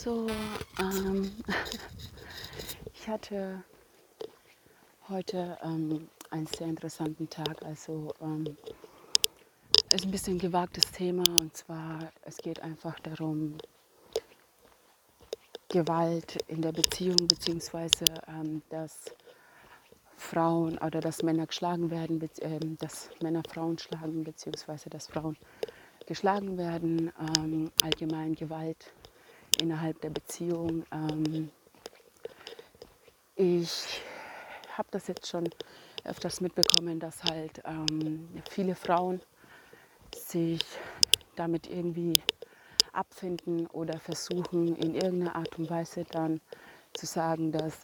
Also, ähm, ich hatte heute einen sehr interessanten Tag. Ist ein bisschen ein gewagtes Thema, und zwar, es geht einfach darum, Gewalt in der Beziehung, beziehungsweise dass Frauen oder dass Männer geschlagen werden, dass Männer Frauen schlagen, beziehungsweise dass Frauen geschlagen werden, allgemein Gewalt innerhalb der Beziehung. Ich habe das jetzt schon öfters mitbekommen, dass halt viele Frauen sich damit irgendwie abfinden oder versuchen, in irgendeiner Art und Weise dann zu sagen, dass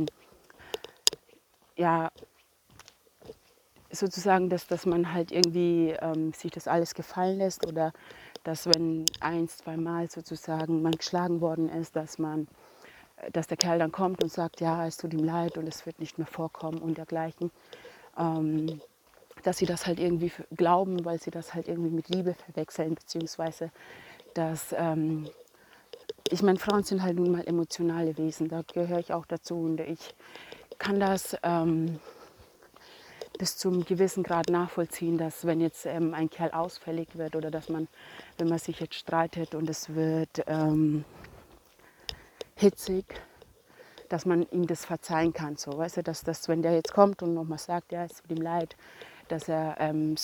ja sozusagen, dass man halt irgendwie sich das alles gefallen lässt, oder dass, wenn ein, zweimal sozusagen man geschlagen worden ist, dass der Kerl dann kommt und sagt, ja, es tut ihm leid und es wird nicht mehr vorkommen und dergleichen. Dass sie das halt irgendwie glauben, weil sie das halt irgendwie mit Liebe verwechseln, beziehungsweise dass, ich meine, Frauen sind halt nun mal emotionale Wesen, da gehöre ich auch dazu, und ich kann das bis zum gewissen Grad nachvollziehen, dass, wenn jetzt ein Kerl ausfällig wird, oder dass man, wenn man sich jetzt streitet und es wird hitzig, dass man ihm das verzeihen kann. So, weißt du, dass wenn der jetzt kommt und nochmal sagt, ja, es tut ihm leid, dass er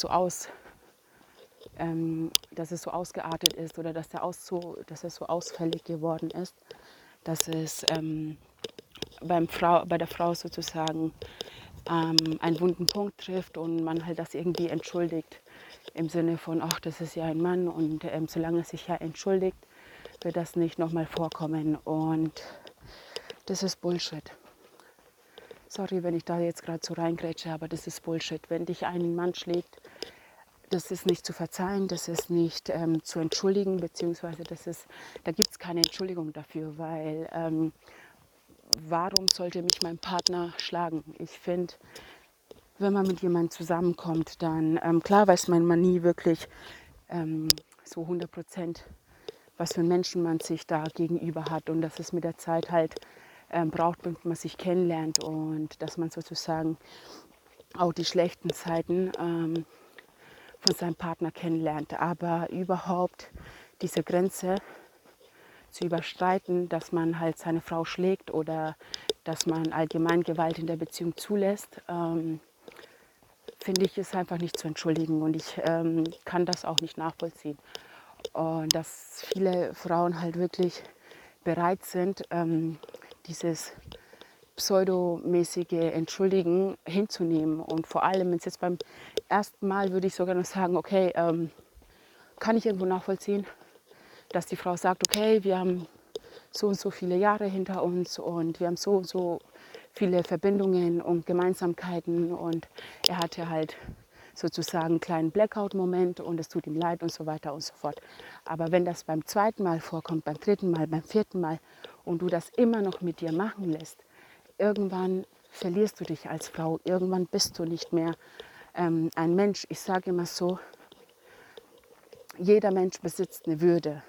dass es so ausgeartet ist, oder dass er so ausfällig geworden ist, dass es bei der Frau sozusagen einen wunden Punkt trifft und man halt das irgendwie entschuldigt, im Sinne von, ach, das ist ja ein Mann, und solange er sich ja entschuldigt, wird das nicht nochmal vorkommen, und das ist Bullshit. Sorry, wenn ich da jetzt gerade so reingrätsche, aber das ist Bullshit. Wenn dich ein Mann schlägt, das ist nicht zu verzeihen, das ist nicht zu entschuldigen, beziehungsweise da gibt es keine Entschuldigung dafür, weil warum sollte mich mein Partner schlagen? Ich finde, wenn man mit jemandem zusammenkommt, dann, klar weiß man nie wirklich so 100%, was für einen Menschen man sich da gegenüber hat, und dass es mit der Zeit halt braucht, bis man sich kennenlernt, und dass man sozusagen auch die schlechten Zeiten von seinem Partner kennenlernt. Aber überhaupt diese Grenze zu überschreiten, dass man halt seine Frau schlägt, oder dass man allgemein Gewalt in der Beziehung zulässt, finde ich, ist einfach nicht zu entschuldigen, und ich kann das auch nicht nachvollziehen. Und dass viele Frauen halt wirklich bereit sind, dieses pseudomäßige Entschuldigen hinzunehmen. Und vor allem, wenn es jetzt beim ersten Mal, würde ich sogar noch sagen, okay, kann ich irgendwo nachvollziehen, dass die Frau sagt, okay, wir haben so und so viele Jahre hinter uns und wir haben so und so viele Verbindungen und Gemeinsamkeiten, und er hatte halt sozusagen einen kleinen Blackout-Moment und es tut ihm leid und so weiter und so fort. Aber wenn das beim zweiten Mal vorkommt, beim dritten Mal, beim vierten Mal, und du das immer noch mit dir machen lässt, irgendwann verlierst du dich als Frau. Irgendwann bist du nicht mehr ein Mensch. Ich sage immer so, jeder Mensch besitzt eine Würde.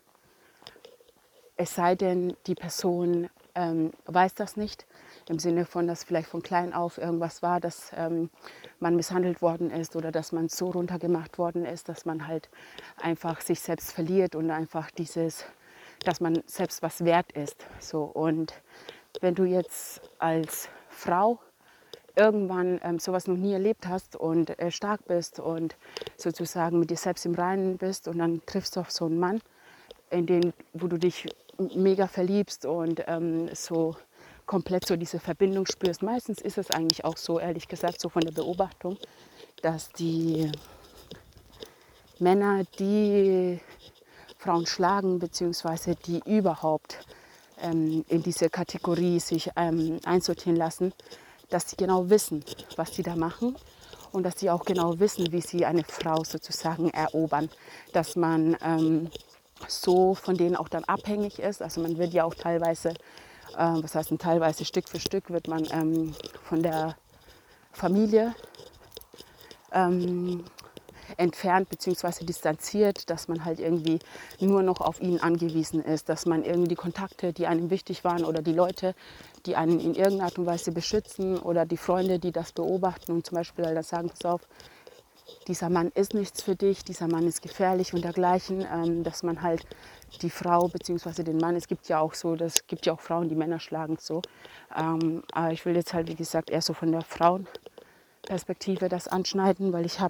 Es sei denn, die Person weiß das nicht, im Sinne von, dass vielleicht von klein auf irgendwas war, dass man misshandelt worden ist, oder dass man so runtergemacht worden ist, dass man halt einfach sich selbst verliert und einfach dass man selbst was wert ist. So. Und wenn du jetzt als Frau irgendwann sowas noch nie erlebt hast und stark bist und sozusagen mit dir selbst im Reinen bist, und dann triffst du auf so einen Mann, wo du dich mega verliebst und so komplett so diese Verbindung spürst. Meistens ist es eigentlich auch so, ehrlich gesagt, so von der Beobachtung, dass die Männer, die Frauen schlagen, beziehungsweise die überhaupt in diese Kategorie sich einsortieren lassen, dass sie genau wissen, was sie da machen, und dass sie auch genau wissen, wie sie eine Frau sozusagen erobern. Dass man so von denen auch dann abhängig ist. Also man wird ja auch teilweise, was heißt denn teilweise, Stück für Stück wird man von der Familie entfernt bzw. distanziert, dass man halt irgendwie nur noch auf ihn angewiesen ist, dass man irgendwie die Kontakte, die einem wichtig waren oder die Leute, die einen in irgendeiner Art und Weise beschützen oder die Freunde, die das beobachten und zum Beispiel halt das sagen, pass auf, dieser Mann ist nichts für dich, dieser Mann ist gefährlich und dergleichen, dass man halt die Frau bzw. den Mann, es gibt ja auch so, das gibt ja auch Frauen, die Männer schlagen so, aber ich will jetzt halt, wie gesagt, eher so von der Frauenperspektive das anschneiden, weil ich habe,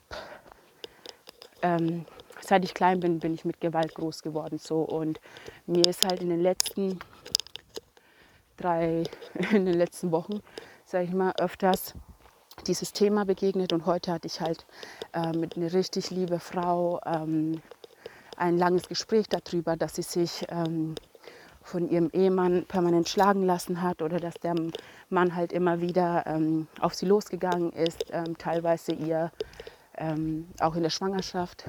seit ich klein bin, bin ich mit Gewalt groß geworden so und mir ist halt in den letzten in den letzten Wochen, sage ich mal, öfters dieses Thema begegnet und heute hatte ich halt mit einer richtig liebe Frau ein langes Gespräch darüber, dass sie sich von ihrem Ehemann permanent schlagen lassen hat oder dass der Mann halt immer wieder auf sie losgegangen ist, teilweise ihr auch in der Schwangerschaft.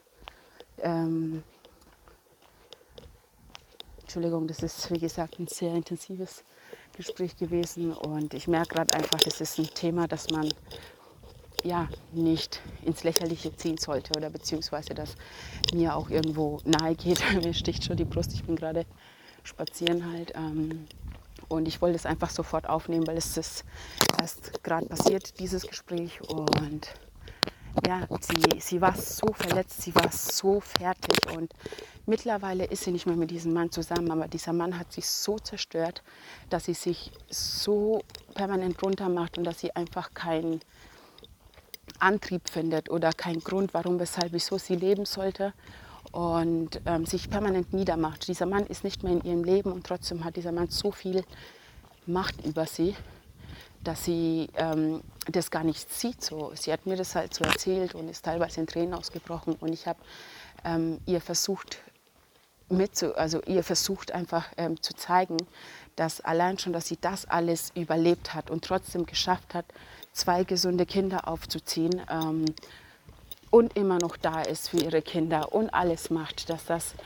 Entschuldigung, das ist wie gesagt ein sehr intensives Gespräch gewesen und ich merke gerade einfach, das ist ein Thema, das man ja nicht ins Lächerliche ziehen sollte oder beziehungsweise das mir auch irgendwo nahe geht. Mir sticht schon die Brust, ich bin gerade spazieren halt und ich wollte es einfach sofort aufnehmen, weil es ist erst gerade passiert, dieses Gespräch und ja, sie war so verletzt, sie war so fertig und mittlerweile ist sie nicht mehr mit diesem Mann zusammen, aber dieser Mann hat sie so zerstört, dass sie sich so permanent runter macht und dass sie einfach keinen Antrieb findet oder keinen Grund, warum, weshalb, wieso sie leben sollte und sich permanent niedermacht. Dieser Mann ist nicht mehr in ihrem Leben und trotzdem hat dieser Mann so viel Macht über sie, dass sie das gar nicht sieht. So. Sie hat mir das halt so erzählt und ist teilweise in Tränen ausgebrochen. Und ich habe ihr versucht, ihr versucht einfach zu zeigen, dass allein schon, dass sie das alles überlebt hat und trotzdem geschafft hat, 2 gesunde Kinder aufzuziehen und immer noch da ist für ihre Kinder und alles macht, dass das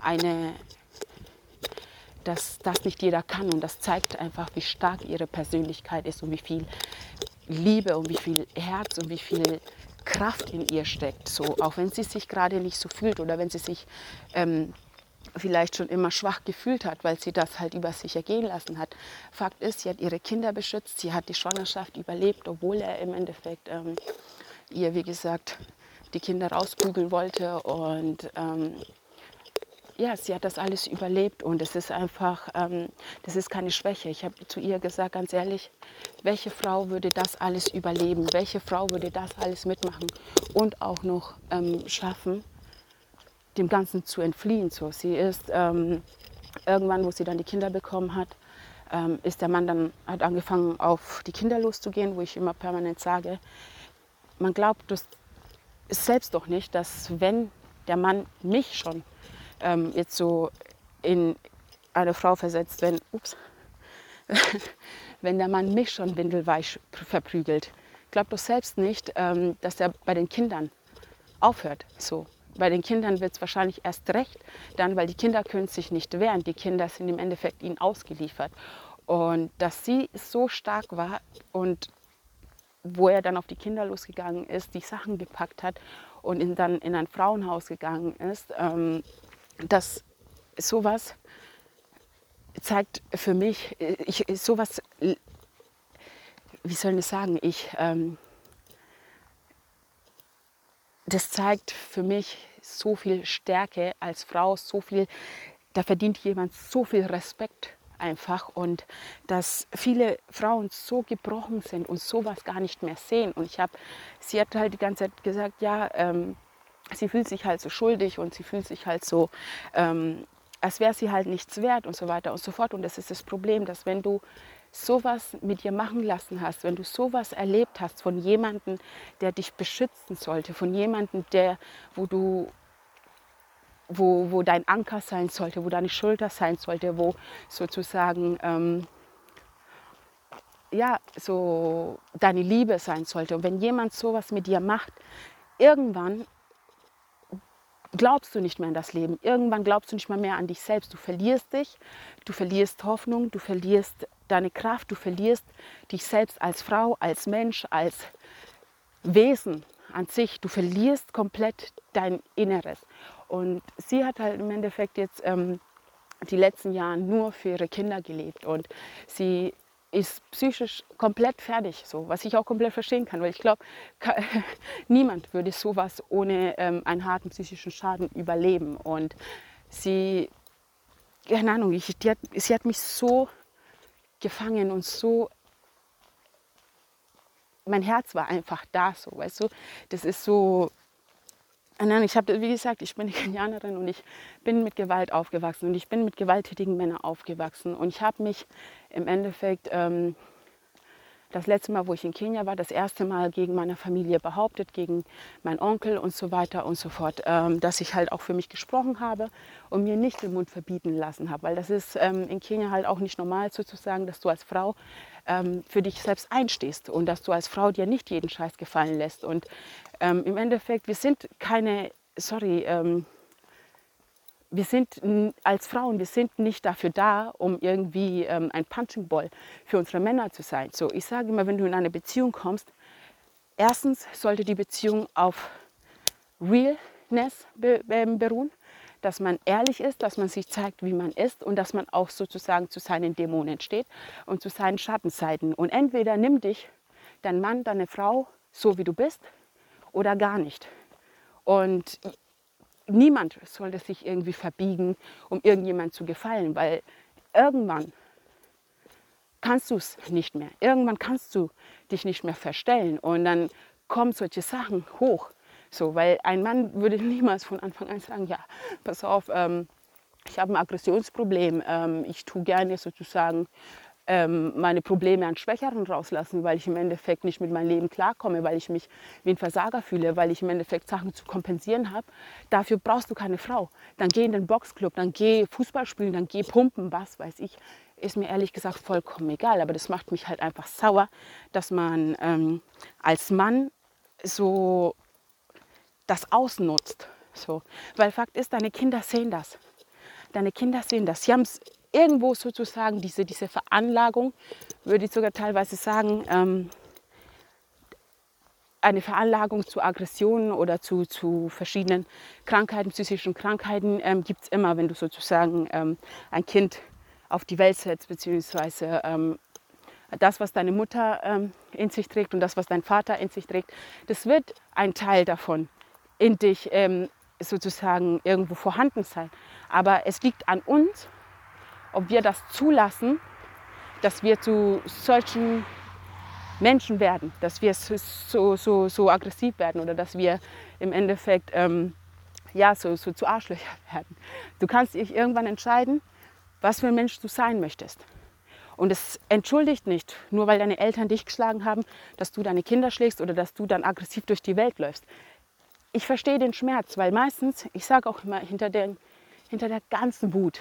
nicht jeder kann. Und das zeigt einfach, wie stark ihre Persönlichkeit ist und wie viel Liebe und wie viel Herz und wie viel Kraft in ihr steckt. So, auch wenn sie sich gerade nicht so fühlt oder wenn sie sich vielleicht schon immer schwach gefühlt hat, weil sie das halt über sich ergehen lassen hat. Fakt ist, sie hat ihre Kinder beschützt, sie hat die Schwangerschaft überlebt, obwohl er im Endeffekt ihr, wie gesagt, die Kinder rausprügeln wollte und ja, sie hat das alles überlebt und es ist einfach, das ist keine Schwäche. Ich habe zu ihr gesagt, ganz ehrlich, welche Frau würde das alles überleben? Welche Frau würde das alles mitmachen und auch noch schaffen, dem Ganzen zu entfliehen? So, sie ist irgendwann, wo sie dann die Kinder bekommen hat, ist der Mann dann, hat angefangen, auf die Kinder loszugehen, wo ich immer permanent sage, man glaubt das selbst doch nicht, dass wenn der Mann mich schon jetzt so in eine Frau versetzt, wenn der Mann mich schon windelweich verprügelt. Glaubt doch selbst nicht, dass er bei den Kindern aufhört. So. Bei den Kindern wird es wahrscheinlich erst recht dann, weil die Kinder können sich nicht wehren. Die Kinder sind im Endeffekt ihnen ausgeliefert. Und dass sie so stark war und wo er dann auf die Kinder losgegangen ist, die Sachen gepackt hat und dann in ein Frauenhaus gegangen ist, dass sowas zeigt für mich, sowas, wie soll ich sagen, das zeigt für mich so viel Stärke als Frau, so viel, da verdient jemand so viel Respekt einfach und dass viele Frauen so gebrochen sind und sowas gar nicht mehr sehen. Und sie hat halt die ganze Zeit gesagt, ja, sie fühlt sich halt so schuldig und sie fühlt sich halt so, als wäre sie halt nichts wert und so weiter und so fort. Und das ist das Problem, dass wenn du sowas mit dir machen lassen hast, wenn du sowas erlebt hast von jemandem, der dich beschützen sollte, von jemandem, wo dein Anker sein sollte, wo deine Schulter sein sollte, wo sozusagen ja, so deine Liebe sein sollte. Und wenn jemand sowas mit dir macht, irgendwann glaubst du nicht mehr an das Leben. Irgendwann glaubst du nicht mehr an dich selbst. Du verlierst dich, du verlierst Hoffnung, du verlierst deine Kraft, du verlierst dich selbst als Frau, als Mensch, als Wesen an sich, du verlierst komplett dein Inneres. Und sie hat halt im Endeffekt jetzt die letzten Jahre nur für ihre Kinder gelebt und sie ist psychisch komplett fertig, so, was ich auch komplett verstehen kann, weil ich glaube, niemand würde sowas ohne einen harten psychischen Schaden überleben. Und sie, keine Ahnung, sie hat mich so gefangen und so, mein Herz war einfach da, so, weißt du, das ist so. Nein, ich habe, wie gesagt, ich bin eine Kenianerin und ich bin mit Gewalt aufgewachsen und ich bin mit gewalttätigen Männern aufgewachsen. Und ich habe mich im Endeffekt das letzte Mal, wo ich in Kenia war, das erste Mal gegen meine Familie behauptet, gegen meinen Onkel und so weiter und so fort, dass ich halt auch für mich gesprochen habe und mir nicht den Mund verbieten lassen habe. Weil das ist in Kenia halt auch nicht normal sozusagen, dass du als Frau für dich selbst einstehst und dass du als Frau dir nicht jeden Scheiß gefallen lässt. Und im Endeffekt, wir sind keine, wir sind als Frauen, wir sind nicht dafür da, um irgendwie ein Punching Ball für unsere Männer zu sein. So, ich sage immer, wenn du in eine Beziehung kommst, erstens sollte die Beziehung auf Realness beruhen, dass man ehrlich ist, dass man sich zeigt, wie man ist und dass man auch sozusagen zu seinen Dämonen steht und zu seinen Schattenseiten. Und entweder nimm dich dein Mann, deine Frau so, wie du bist, oder gar nicht. Und niemand sollte sich irgendwie verbiegen, um irgendjemand zu gefallen, weil irgendwann kannst du es nicht mehr. Irgendwann kannst du dich nicht mehr verstellen und dann kommen solche Sachen hoch. So, weil ein Mann würde niemals von Anfang an sagen, ja, pass auf, ich habe ein Aggressionsproblem, ich tue gerne sozusagen meine Probleme an Schwächeren rauslassen, weil ich im Endeffekt nicht mit meinem Leben klarkomme, weil ich mich wie ein Versager fühle, weil ich im Endeffekt Sachen zu kompensieren habe. Dafür brauchst du keine Frau. Dann geh in den Boxclub, dann geh Fußball spielen, dann geh pumpen, was weiß ich. Ist mir ehrlich gesagt vollkommen egal, aber das macht mich halt einfach sauer, dass man als Mann so das ausnutzt. So. Weil Fakt ist, deine Kinder sehen das. Deine Kinder sehen das. Sie haben es irgendwo sozusagen, diese Veranlagung, würde ich sogar teilweise sagen, eine Veranlagung zu Aggressionen oder zu verschiedenen Krankheiten, psychischen Krankheiten gibt es immer, wenn du sozusagen ein Kind auf die Welt setzt, beziehungsweise das, was deine Mutter in sich trägt und das, was dein Vater in sich trägt, das wird ein Teil davon in dich sozusagen irgendwo vorhanden sein. Aber es liegt an uns, ob wir das zulassen, dass wir zu solchen Menschen werden, dass wir so aggressiv werden oder dass wir im Endeffekt so zu Arschlöcher werden. Du kannst dich irgendwann entscheiden, was für ein Mensch du sein möchtest. Und es entschuldigt nicht, nur weil deine Eltern dich geschlagen haben, dass du deine Kinder schlägst oder dass du dann aggressiv durch die Welt läufst. Ich verstehe den Schmerz, weil meistens, ich sage auch immer, hinter der ganzen Wut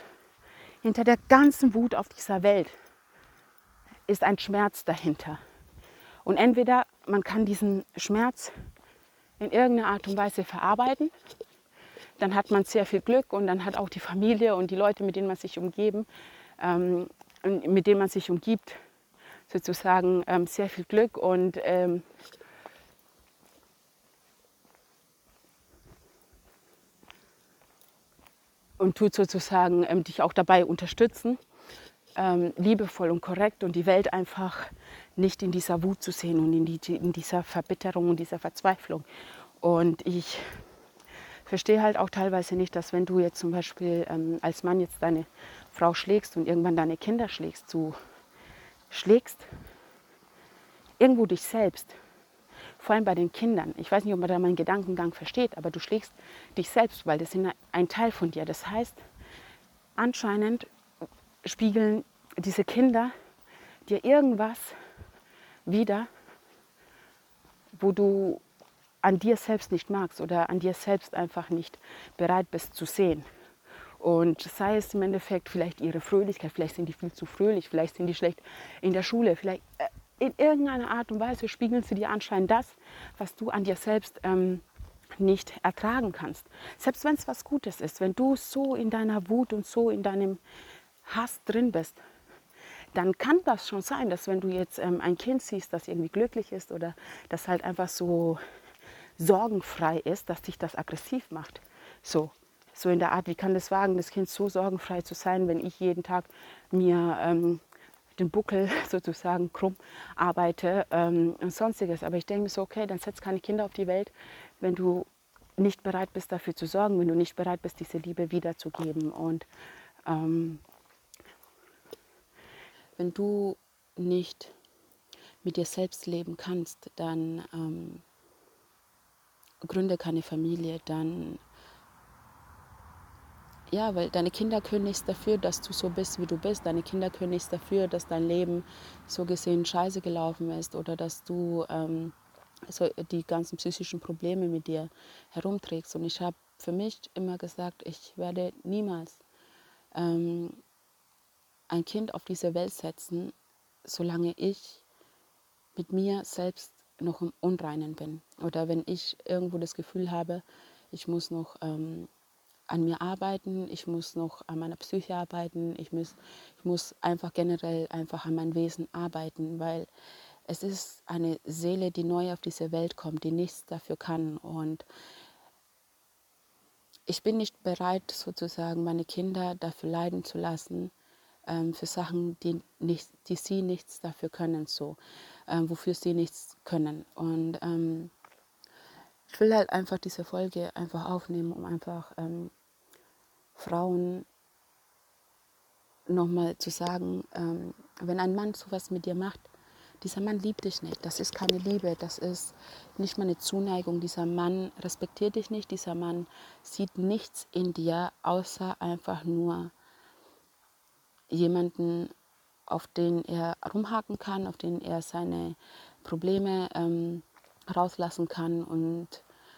auf dieser Welt ist ein Schmerz dahinter. Und entweder man kann diesen Schmerz in irgendeiner Art und Weise verarbeiten, dann hat man sehr viel Glück und dann hat auch die Familie und die Leute, mit denen man sich umgibt, sozusagen sehr viel Glück und tut sozusagen dich auch dabei unterstützen, liebevoll und korrekt und die Welt einfach nicht in dieser Wut zu sehen und in dieser Verbitterung und dieser Verzweiflung. Und ich verstehe halt auch teilweise nicht, dass wenn du jetzt zum Beispiel als Mann jetzt deine Frau schlägst und irgendwann deine Kinder schlägst, du schlägst irgendwo dich selbst. Vor allem bei den Kindern. Ich weiß nicht, ob man da meinen Gedankengang versteht, aber du schlägst dich selbst, weil das ist ein Teil von dir. Das heißt, anscheinend spiegeln diese Kinder dir irgendwas wider, wo du an dir selbst nicht magst oder an dir selbst einfach nicht bereit bist zu sehen. Und sei es im Endeffekt vielleicht ihre Fröhlichkeit, vielleicht sind die viel zu fröhlich, vielleicht sind die schlecht in der Schule, vielleicht in irgendeiner Art und Weise spiegeln sie dir anscheinend das, was du an dir selbst nicht ertragen kannst. Selbst wenn es was Gutes ist, wenn du so in deiner Wut und so in deinem Hass drin bist, dann kann das schon sein, dass wenn du jetzt ein Kind siehst, das irgendwie glücklich ist oder das halt einfach so sorgenfrei ist, dass dich das aggressiv macht. So in der Art, wie kann das wagen, das Kind so sorgenfrei zu sein, wenn ich jeden Tag mir den Buckel sozusagen krumm arbeite und sonstiges. Aber ich denke mir so, okay, dann setz keine Kinder auf die Welt, wenn du nicht bereit bist, dafür zu sorgen, wenn du nicht bereit bist, diese Liebe wiederzugeben. Und wenn du nicht mit dir selbst leben kannst, dann gründe keine Familie, dann ja, weil deine Kinder können nichts dafür, dass du so bist, wie du bist. Deine Kinder können nichts dafür, dass dein Leben so gesehen scheiße gelaufen ist oder dass du so die ganzen psychischen Probleme mit dir herumträgst. Und ich habe für mich immer gesagt, ich werde niemals ein Kind auf diese Welt setzen, solange ich mit mir selbst noch im Unreinen bin. Oder wenn ich irgendwo das Gefühl habe, ich muss noch an mir arbeiten, ich muss noch an meiner Psyche arbeiten, ich muss einfach generell einfach an meinem Wesen arbeiten, weil es ist eine Seele, die neu auf diese Welt kommt, die nichts dafür kann. Und ich bin nicht bereit, sozusagen meine Kinder dafür leiden zu lassen, für Sachen, die sie nichts dafür können, wofür sie nichts können. Und ich will halt einfach diese Folge einfach aufnehmen, um einfach Frauen nochmal zu sagen, wenn ein Mann sowas mit dir macht, dieser Mann liebt dich nicht, das ist keine Liebe, das ist nicht mal eine Zuneigung, dieser Mann respektiert dich nicht, dieser Mann sieht nichts in dir, außer einfach nur jemanden, auf den er rumhaken kann, auf den er seine Probleme rauslassen kann. Und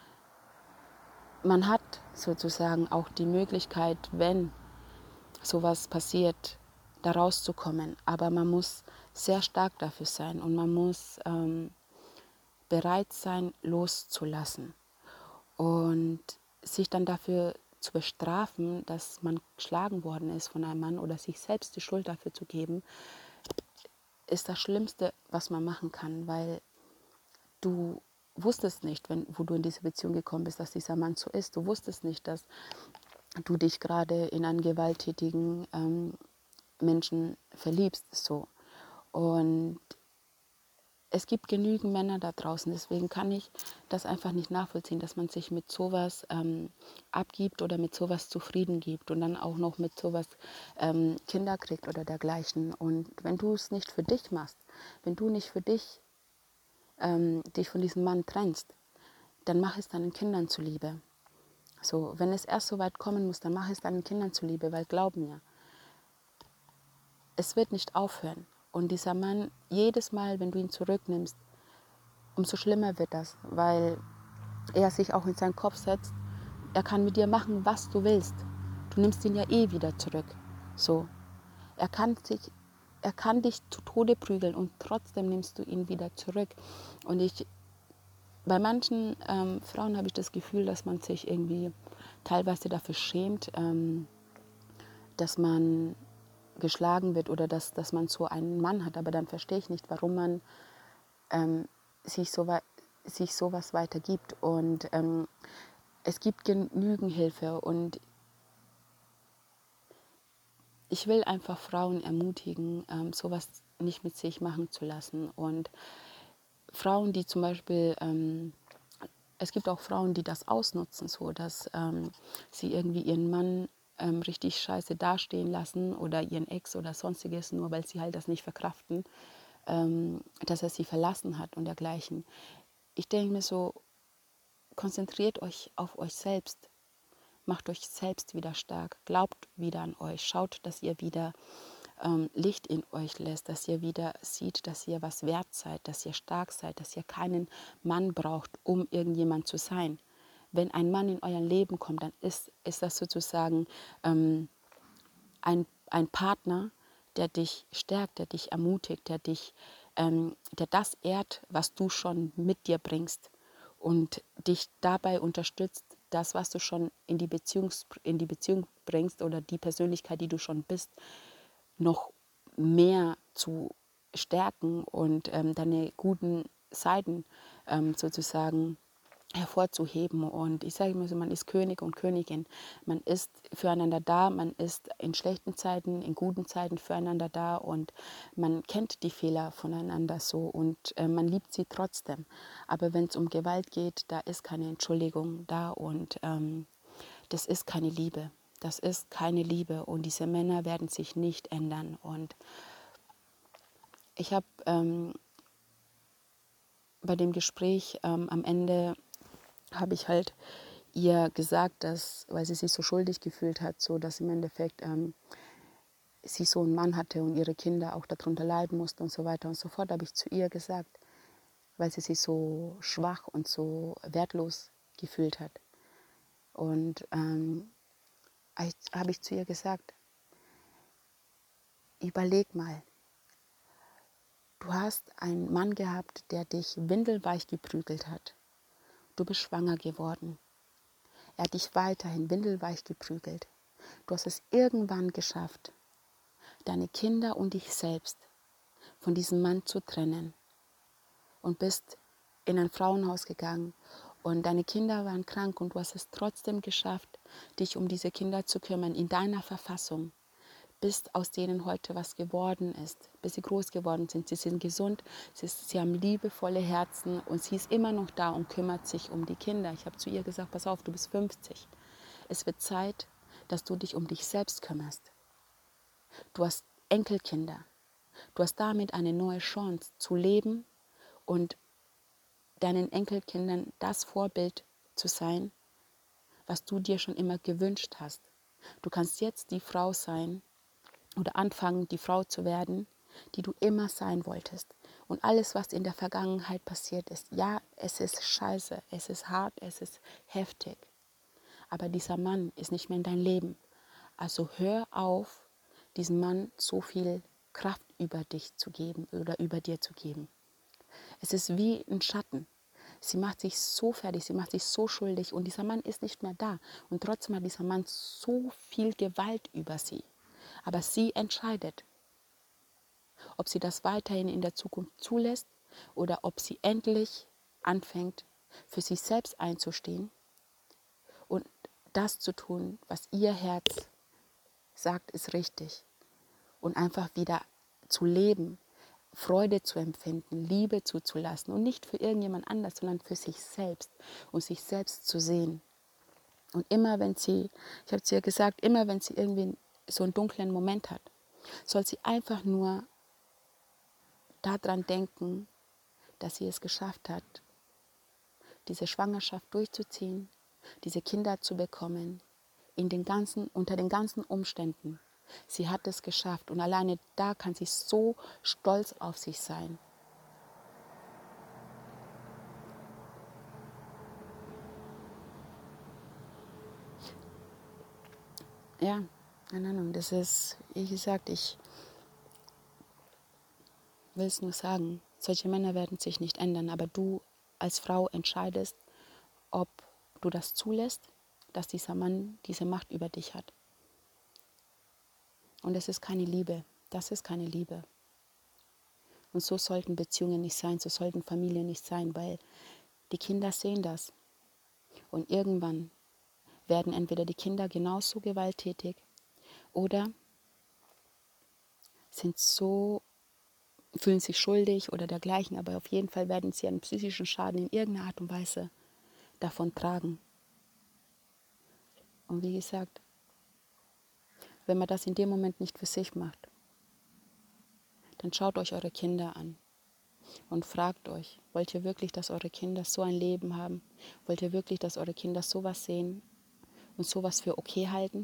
man hat sozusagen auch die Möglichkeit, wenn sowas passiert, da rauszukommen. Aber man muss sehr stark dafür sein und man muss bereit sein, loszulassen. Und sich dann dafür zu bestrafen, dass man geschlagen worden ist von einem Mann oder sich selbst die Schuld dafür zu geben, ist das Schlimmste, was man machen kann, weil du wusstest nicht, wo du in diese Beziehung gekommen bist, dass dieser Mann so ist. Du wusstest nicht, dass du dich gerade in einen gewalttätigen Menschen verliebst. So. Und es gibt genügend Männer da draußen, deswegen kann ich das einfach nicht nachvollziehen, dass man sich mit sowas abgibt oder mit sowas zufrieden gibt und dann auch noch mit sowas Kinder kriegt oder dergleichen. Und wenn du es nicht für dich machst, wenn du nicht für dich dich von diesem Mann trennst, dann mach es deinen Kindern zuliebe. So, wenn es erst so weit kommen muss, dann mach es deinen Kindern zuliebe, weil glaub mir, es wird nicht aufhören. Und dieser Mann, jedes Mal, wenn du ihn zurücknimmst, umso schlimmer wird das, weil er sich auch in seinen Kopf setzt, er kann mit dir machen, was du willst. Du nimmst ihn ja eh wieder zurück. So. Er kann, er kann dich zu Tode prügeln und trotzdem nimmst du ihn wieder zurück. Und bei manchen Frauen habe ich das Gefühl, dass man sich irgendwie teilweise dafür schämt, dass man geschlagen wird oder dass man so einen Mann hat. Aber dann verstehe ich nicht, warum man sich sowas weitergibt. Und es gibt genügend Hilfe. Und ich will einfach Frauen ermutigen, sowas nicht mit sich machen zu lassen. Und Frauen, die zum Beispiel, es gibt auch Frauen, die das ausnutzen, so dass sie irgendwie ihren Mann richtig scheiße dastehen lassen oder ihren Ex oder sonstiges, nur weil sie halt das nicht verkraften, dass er sie verlassen hat und dergleichen. Ich denke mir so, konzentriert euch auf euch selbst, macht euch selbst wieder stark, glaubt wieder an euch, schaut, dass ihr wieder Licht in euch lässt, dass ihr wieder seht, dass ihr was wert seid, dass ihr stark seid, dass ihr keinen Mann braucht, um irgendjemand zu sein. Wenn ein Mann in euer Leben kommt, dann ist das sozusagen ein Partner, der dich stärkt, der dich ermutigt, der das ehrt, was du schon mit dir bringst und dich dabei unterstützt, das, was du schon in die Beziehung bringst oder die Persönlichkeit, die du schon bist, noch mehr zu stärken und deine guten Seiten sozusagen hervorzuheben. Und ich sage immer so, man ist König und Königin. Man ist füreinander da, man ist in schlechten Zeiten, in guten Zeiten füreinander da und man kennt die Fehler voneinander so und man liebt sie trotzdem. Aber wenn es um Gewalt geht, da ist keine Entschuldigung da und das ist keine Liebe. Das ist keine Liebe und diese Männer werden sich nicht ändern. Und ich habe bei dem Gespräch am Ende habe ich halt ihr gesagt, dass, weil sie sich so schuldig gefühlt hat, so dass im Endeffekt sie so einen Mann hatte und ihre Kinder auch darunter leiden mussten und so weiter und so fort, habe ich zu ihr gesagt, weil sie sich so schwach und so wertlos gefühlt hat. Und habe ich zu ihr gesagt, überleg mal, du hast einen Mann gehabt, der dich windelweich geprügelt hat. Du bist schwanger geworden. Er hat dich weiterhin windelweich geprügelt. Du hast es irgendwann geschafft, deine Kinder und dich selbst von diesem Mann zu trennen und bist in ein Frauenhaus gegangen und deine Kinder waren krank und du hast es trotzdem geschafft, dich um diese Kinder zu kümmern in deiner Verfassung, bis aus denen heute was geworden ist, bis sie groß geworden sind. Sie sind gesund, sie haben liebevolle Herzen und sie ist immer noch da und kümmert sich um die Kinder. Ich habe zu ihr gesagt, pass auf, du bist 50. Es wird Zeit, dass du dich um dich selbst kümmerst. Du hast Enkelkinder. Du hast damit eine neue Chance zu leben und deinen Enkelkindern das Vorbild zu sein, was du dir schon immer gewünscht hast. Du kannst jetzt die Frau sein oder anfangen, die Frau zu werden, die du immer sein wolltest. Und alles, was in der Vergangenheit passiert ist, ja, es ist scheiße, es ist hart, es ist heftig. Aber dieser Mann ist nicht mehr in dein Leben. Also hör auf, diesem Mann so viel Kraft über dich zu geben oder über dir zu geben. Es ist wie ein Schatten. Sie macht sich so fertig, sie macht sich so schuldig und dieser Mann ist nicht mehr da. Und trotzdem hat dieser Mann so viel Gewalt über sie. Aber sie entscheidet, ob sie das weiterhin in der Zukunft zulässt oder ob sie endlich anfängt, für sich selbst einzustehen und das zu tun, was ihr Herz sagt, ist richtig. Und einfach wieder zu leben, Freude zu empfinden, Liebe zuzulassen und nicht für irgendjemand anders, sondern für sich selbst und sich selbst zu sehen. Und immer wenn sie, ich habe zu ihr gesagt, immer wenn sie irgendwie so einen dunklen Moment hat, soll sie einfach nur daran denken, dass sie es geschafft hat, diese Schwangerschaft durchzuziehen, diese Kinder zu bekommen, unter den ganzen Umständen. Sie hat es geschafft und alleine da kann sie so stolz auf sich sein. Ja, keine Ahnung, das ist, wie gesagt, ich will es nur sagen, solche Männer werden sich nicht ändern, aber du als Frau entscheidest, ob du das zulässt, dass dieser Mann diese Macht über dich hat. Und es ist keine Liebe, das ist keine Liebe. Und so sollten Beziehungen nicht sein, so sollten Familien nicht sein, weil die Kinder sehen das. Und irgendwann werden entweder die Kinder genauso gewalttätig oder sind so, fühlen sich schuldig oder dergleichen, aber auf jeden Fall werden sie einen psychischen Schaden in irgendeiner Art und Weise davon tragen. Und wie gesagt, wenn man das in dem Moment nicht für sich macht, dann schaut euch eure Kinder an und fragt euch, wollt ihr wirklich, dass eure Kinder so ein Leben haben? Wollt ihr wirklich, dass eure Kinder sowas sehen und sowas für okay halten?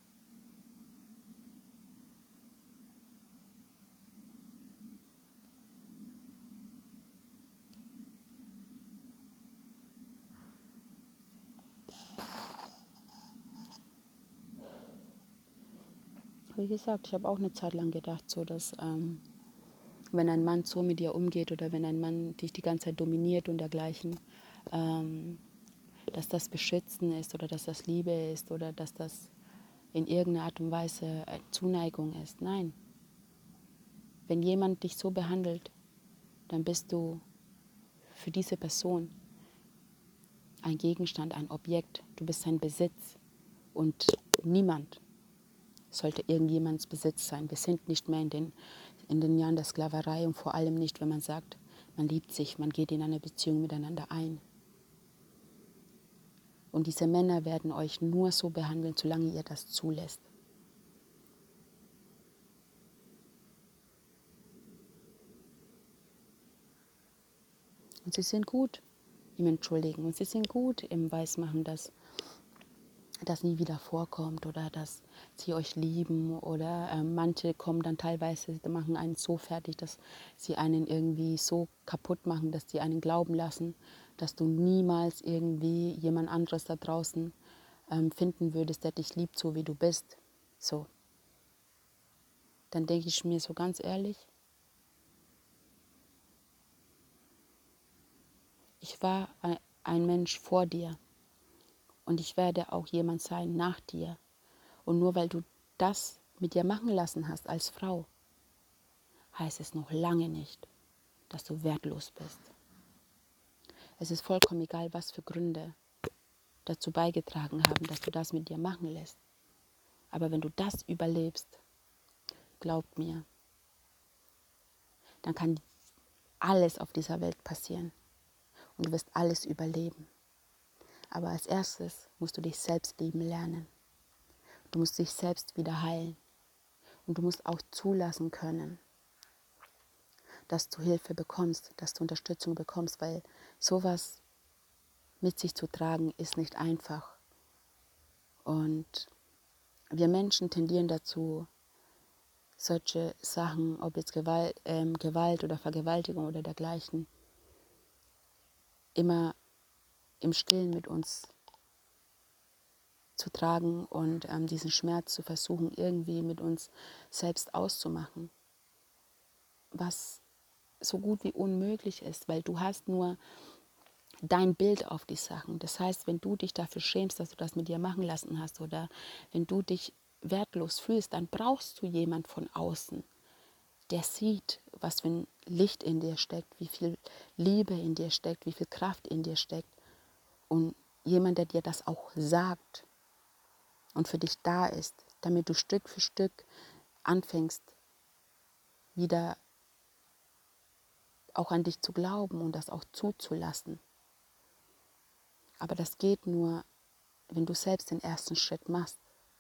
Wie gesagt, ich habe auch eine Zeit lang gedacht, so dass wenn ein Mann so mit dir umgeht oder wenn ein Mann dich die ganze Zeit dominiert und dergleichen, ähm, dass das Beschützen ist oder dass das Liebe ist oder dass das in irgendeiner Art und Weise Zuneigung ist. Nein, wenn jemand dich so behandelt, dann bist du für diese Person ein Gegenstand, ein Objekt. Du bist sein Besitz und niemand sollte irgendjemands Besitz sein. Wir sind nicht mehr in den Jahren der Sklaverei und vor allem nicht, wenn man sagt, man liebt sich, man geht in eine Beziehung miteinander ein. Und diese Männer werden euch nur so behandeln, solange ihr das zulässt. Und sie sind gut im Entschuldigen und sie sind gut im Weismachen, dass das nie wieder vorkommt oder dass sie euch lieben oder manche kommen dann teilweise, machen einen so fertig, dass sie einen irgendwie so kaputt machen, dass sie einen glauben lassen, dass du niemals irgendwie jemand anderes da draußen finden würdest, der dich liebt, so wie du bist. So, dann denke ich mir so ganz ehrlich, ich war ein Mensch vor dir und ich werde auch jemand sein nach dir. Und nur weil du das mit dir machen lassen hast als Frau, heißt es noch lange nicht, dass du wertlos bist. Es ist vollkommen egal, was für Gründe dazu beigetragen haben, dass du das mit dir machen lässt. Aber wenn du das überlebst, glaub mir, dann kann alles auf dieser Welt passieren und du wirst alles überleben. Aber als erstes musst du dich selbst lieben lernen. Du musst dich selbst wieder heilen und du musst auch zulassen können, dass du Hilfe bekommst, dass du Unterstützung bekommst, weil sowas mit sich zu tragen ist nicht einfach. Und wir Menschen tendieren dazu, solche Sachen, ob jetzt Gewalt oder Vergewaltigung oder dergleichen, immer im Stillen mit uns zu tragen und diesen Schmerz zu versuchen, irgendwie mit uns selbst auszumachen, was so gut wie unmöglich ist, weil du hast nur dein Bild auf die Sachen. Das heißt, wenn du dich dafür schämst, dass du das mit dir machen lassen hast oder wenn du dich wertlos fühlst, dann brauchst du jemand von außen, der sieht, was für ein Licht in dir steckt, wie viel Liebe in dir steckt, wie viel Kraft in dir steckt. Und jemand, der dir das auch sagt und für dich da ist, damit du Stück für Stück anfängst, wieder auch an dich zu glauben und das auch zuzulassen. Aber das geht nur, wenn du selbst den ersten Schritt machst.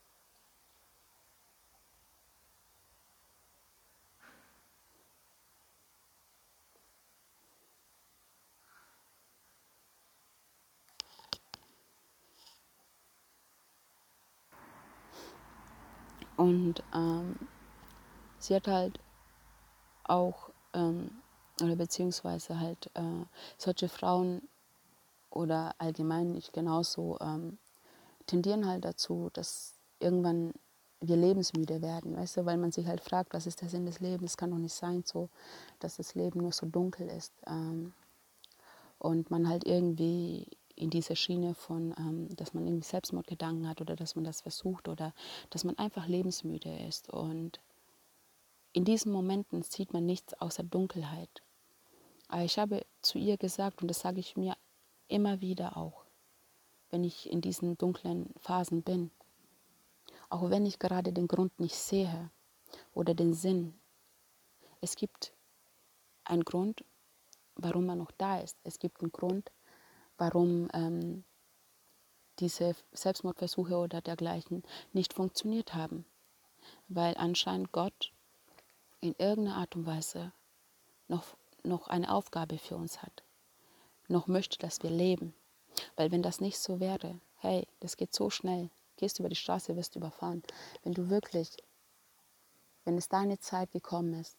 Und sie hat halt auch, oder beziehungsweise halt solche Frauen oder allgemein ich genauso, tendieren halt dazu, dass irgendwann wir lebensmüde werden, weißt du, weil man sich halt fragt, was ist der Sinn des Lebens? Es kann doch nicht sein so, dass das Leben nur so dunkel ist. Und man halt irgendwie in dieser Schiene von, dass man irgendwie Selbstmordgedanken hat oder dass man das versucht oder dass man einfach lebensmüde ist. Und in diesen Momenten sieht man nichts außer Dunkelheit. Aber ich habe zu ihr gesagt, und das sage ich mir immer wieder auch, wenn ich in diesen dunklen Phasen bin, auch wenn ich gerade den Grund nicht sehe oder den Sinn. Es gibt einen Grund, warum man noch da ist. Es gibt einen Grund, warum diese Selbstmordversuche oder dergleichen nicht funktioniert haben. Weil anscheinend Gott in irgendeiner Art und Weise noch eine Aufgabe für uns hat. Noch möchte, dass wir leben. Weil wenn das nicht so wäre, hey, das geht so schnell, gehst über die Straße, wirst überfahren. Wenn du wirklich, wenn es deine Zeit gekommen ist,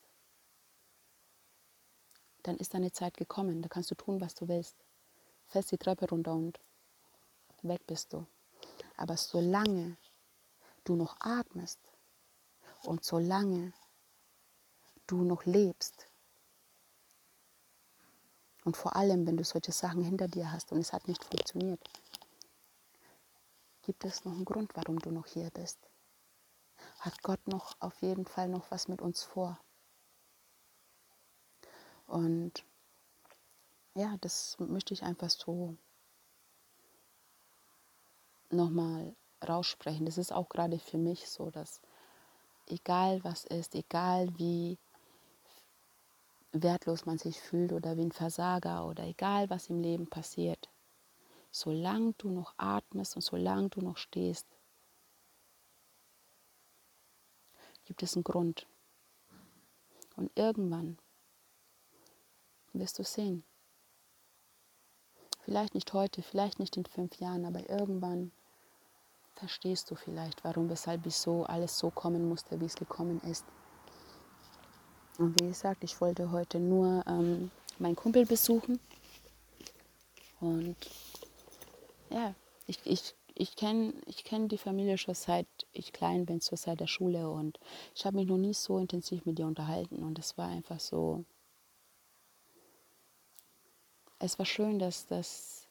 dann ist deine Zeit gekommen. Da kannst du tun, was du willst. Fällst die Treppe runter und weg bist du. Aber solange du noch atmest und solange du noch lebst und vor allem, wenn du solche Sachen hinter dir hast und es hat nicht funktioniert, gibt es noch einen Grund, warum du noch hier bist. Hat Gott noch auf jeden Fall noch was mit uns vor. Und ja, das möchte ich einfach so nochmal raussprechen. Das ist auch gerade für mich so, dass egal was ist, egal wie wertlos man sich fühlt oder wie ein Versager oder egal was im Leben passiert, solange du noch atmest und solange du noch stehst, gibt es einen Grund. Und irgendwann wirst du sehen, vielleicht nicht heute, vielleicht nicht in 5 Jahren, aber irgendwann verstehst du vielleicht, warum, weshalb, wieso alles so kommen musste, wie es gekommen ist. Und wie gesagt, ich wollte heute nur meinen Kumpel besuchen. Und ja, ich kenn die Familie schon seit ich klein bin, so seit der Schule. Und ich habe mich noch nie so intensiv mit ihr unterhalten. Und es war einfach so, es war schön, dass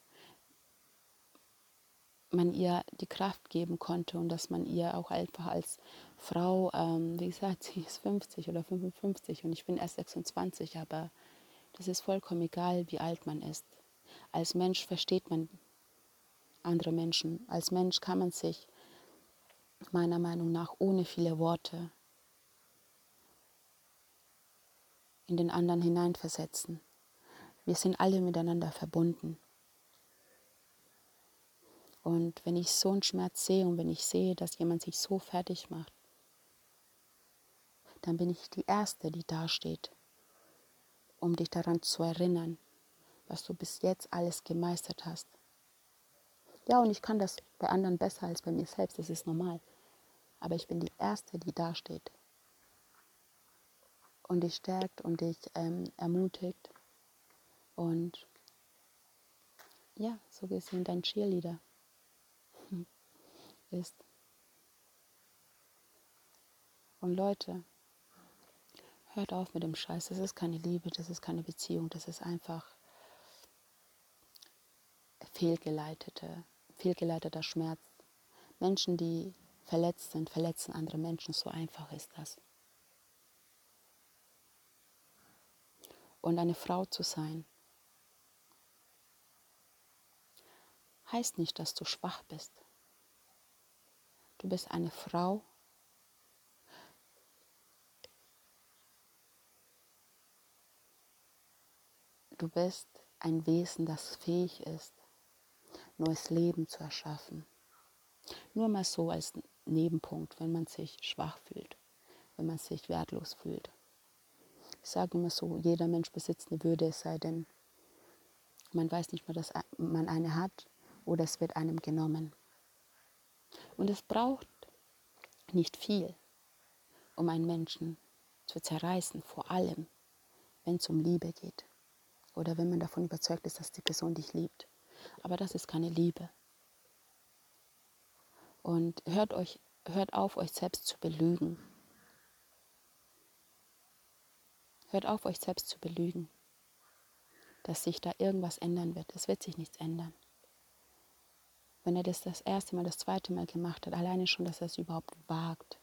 man ihr die Kraft geben konnte und dass man ihr auch einfach als Frau, wie gesagt, sie ist 50 oder 55 und ich bin erst 26, aber das ist vollkommen egal, wie alt man ist. Als Mensch versteht man andere Menschen. Als Mensch kann man sich meiner Meinung nach ohne viele Worte in den anderen hineinversetzen. Wir sind alle miteinander verbunden. Und wenn ich so einen Schmerz sehe und wenn ich sehe, dass jemand sich so fertig macht, dann bin ich die Erste, die dasteht, um dich daran zu erinnern, was du bis jetzt alles gemeistert hast. Ja, und ich kann das bei anderen besser als bei mir selbst, das ist normal. Aber ich bin die Erste, die dasteht und dich stärkt und dich ermutigt. Und ja, so gesehen dein Cheerleader ist. Und Leute, hört auf mit dem Scheiß. Das ist keine Liebe, das ist keine Beziehung, das ist einfach fehlgeleiteter Schmerz. Menschen, die verletzt sind, verletzen andere Menschen. So einfach ist das. Und eine Frau zu sein, heißt nicht, dass du schwach bist. Du bist eine Frau, du bist ein Wesen, das fähig ist, neues Leben zu erschaffen. Nur mal so als Nebenpunkt, wenn man sich schwach fühlt, wenn man sich wertlos fühlt. Ich sage immer so, jeder Mensch besitzt eine Würde, es sei denn, man weiß nicht mehr, dass man eine hat oder es wird einem genommen. Und es braucht nicht viel, um einen Menschen zu zerreißen, vor allem, wenn es um Liebe geht oder wenn man davon überzeugt ist, dass die Person dich liebt. Aber das ist keine Liebe. Und hört auf, euch selbst zu belügen. Hört auf, euch selbst zu belügen, dass sich da irgendwas ändern wird. Es wird sich nichts ändern. Wenn er das erste Mal, das zweite Mal gemacht hat, alleine schon, dass er es überhaupt wagt,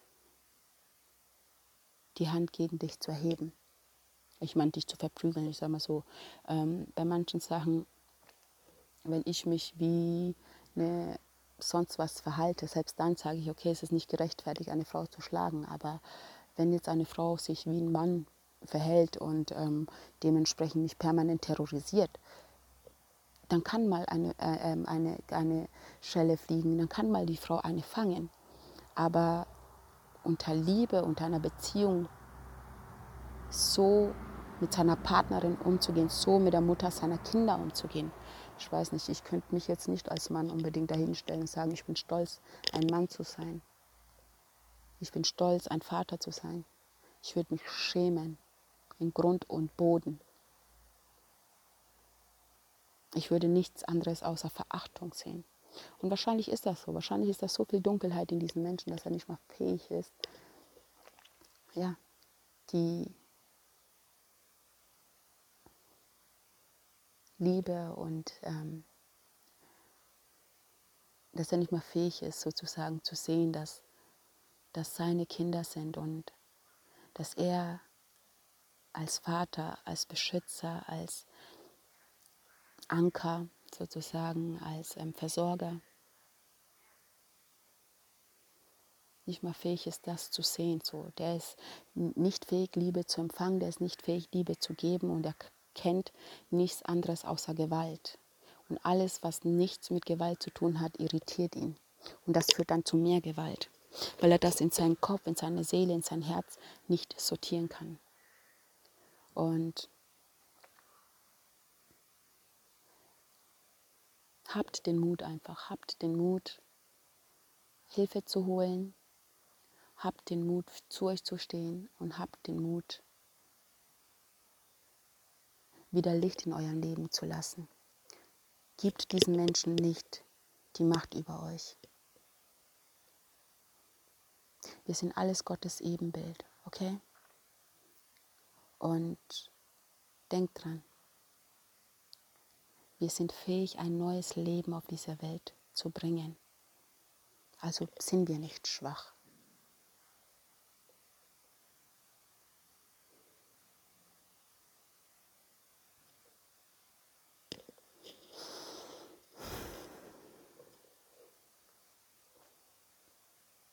die Hand gegen dich zu erheben. Ich meine, dich zu verprügeln. Ich sage mal so, bei manchen Sachen, wenn ich mich wie sonst was verhalte, selbst dann sage ich, okay, es ist nicht gerechtfertigt, eine Frau zu schlagen. Aber wenn jetzt eine Frau sich wie ein Mann verhält und dementsprechend mich permanent terrorisiert, dann kann mal eine Schelle fliegen, dann kann mal die Frau eine fangen. Aber unter Liebe, unter einer Beziehung so mit seiner Partnerin umzugehen, so mit der Mutter seiner Kinder umzugehen. Ich weiß nicht, ich könnte mich jetzt nicht als Mann unbedingt dahinstellen und sagen, ich bin stolz, ein Mann zu sein. Ich bin stolz, ein Vater zu sein. Ich würde mich schämen, in Grund und Boden. Ich würde nichts anderes außer Verachtung sehen. Und wahrscheinlich ist das so. Wahrscheinlich ist da so viel Dunkelheit in diesem Menschen, dass er nicht mal fähig ist, ja, die Liebe und dass er nicht mal fähig ist, sozusagen zu sehen, dass das seine Kinder sind und dass er als Vater, als Beschützer, als Anker sozusagen, als Versorger nicht mal fähig ist, das zu sehen. So, der ist nicht fähig, Liebe zu empfangen, der ist nicht fähig, Liebe zu geben und er kennt nichts anderes außer Gewalt. Und alles, was nichts mit Gewalt zu tun hat, irritiert ihn. Und das führt dann zu mehr Gewalt, weil er das in seinen Kopf, in seine Seele, in sein Herz nicht sortieren kann. Und habt den Mut einfach, habt den Mut, Hilfe zu holen, habt den Mut, zu euch zu stehen und habt den Mut, wieder Licht in eurem Leben zu lassen. Gebt diesen Menschen nicht die Macht über euch. Wir sind alles Gottes Ebenbild, okay? Und denkt dran, wir sind fähig, ein neues Leben auf dieser Welt zu bringen. Also sind wir nicht schwach.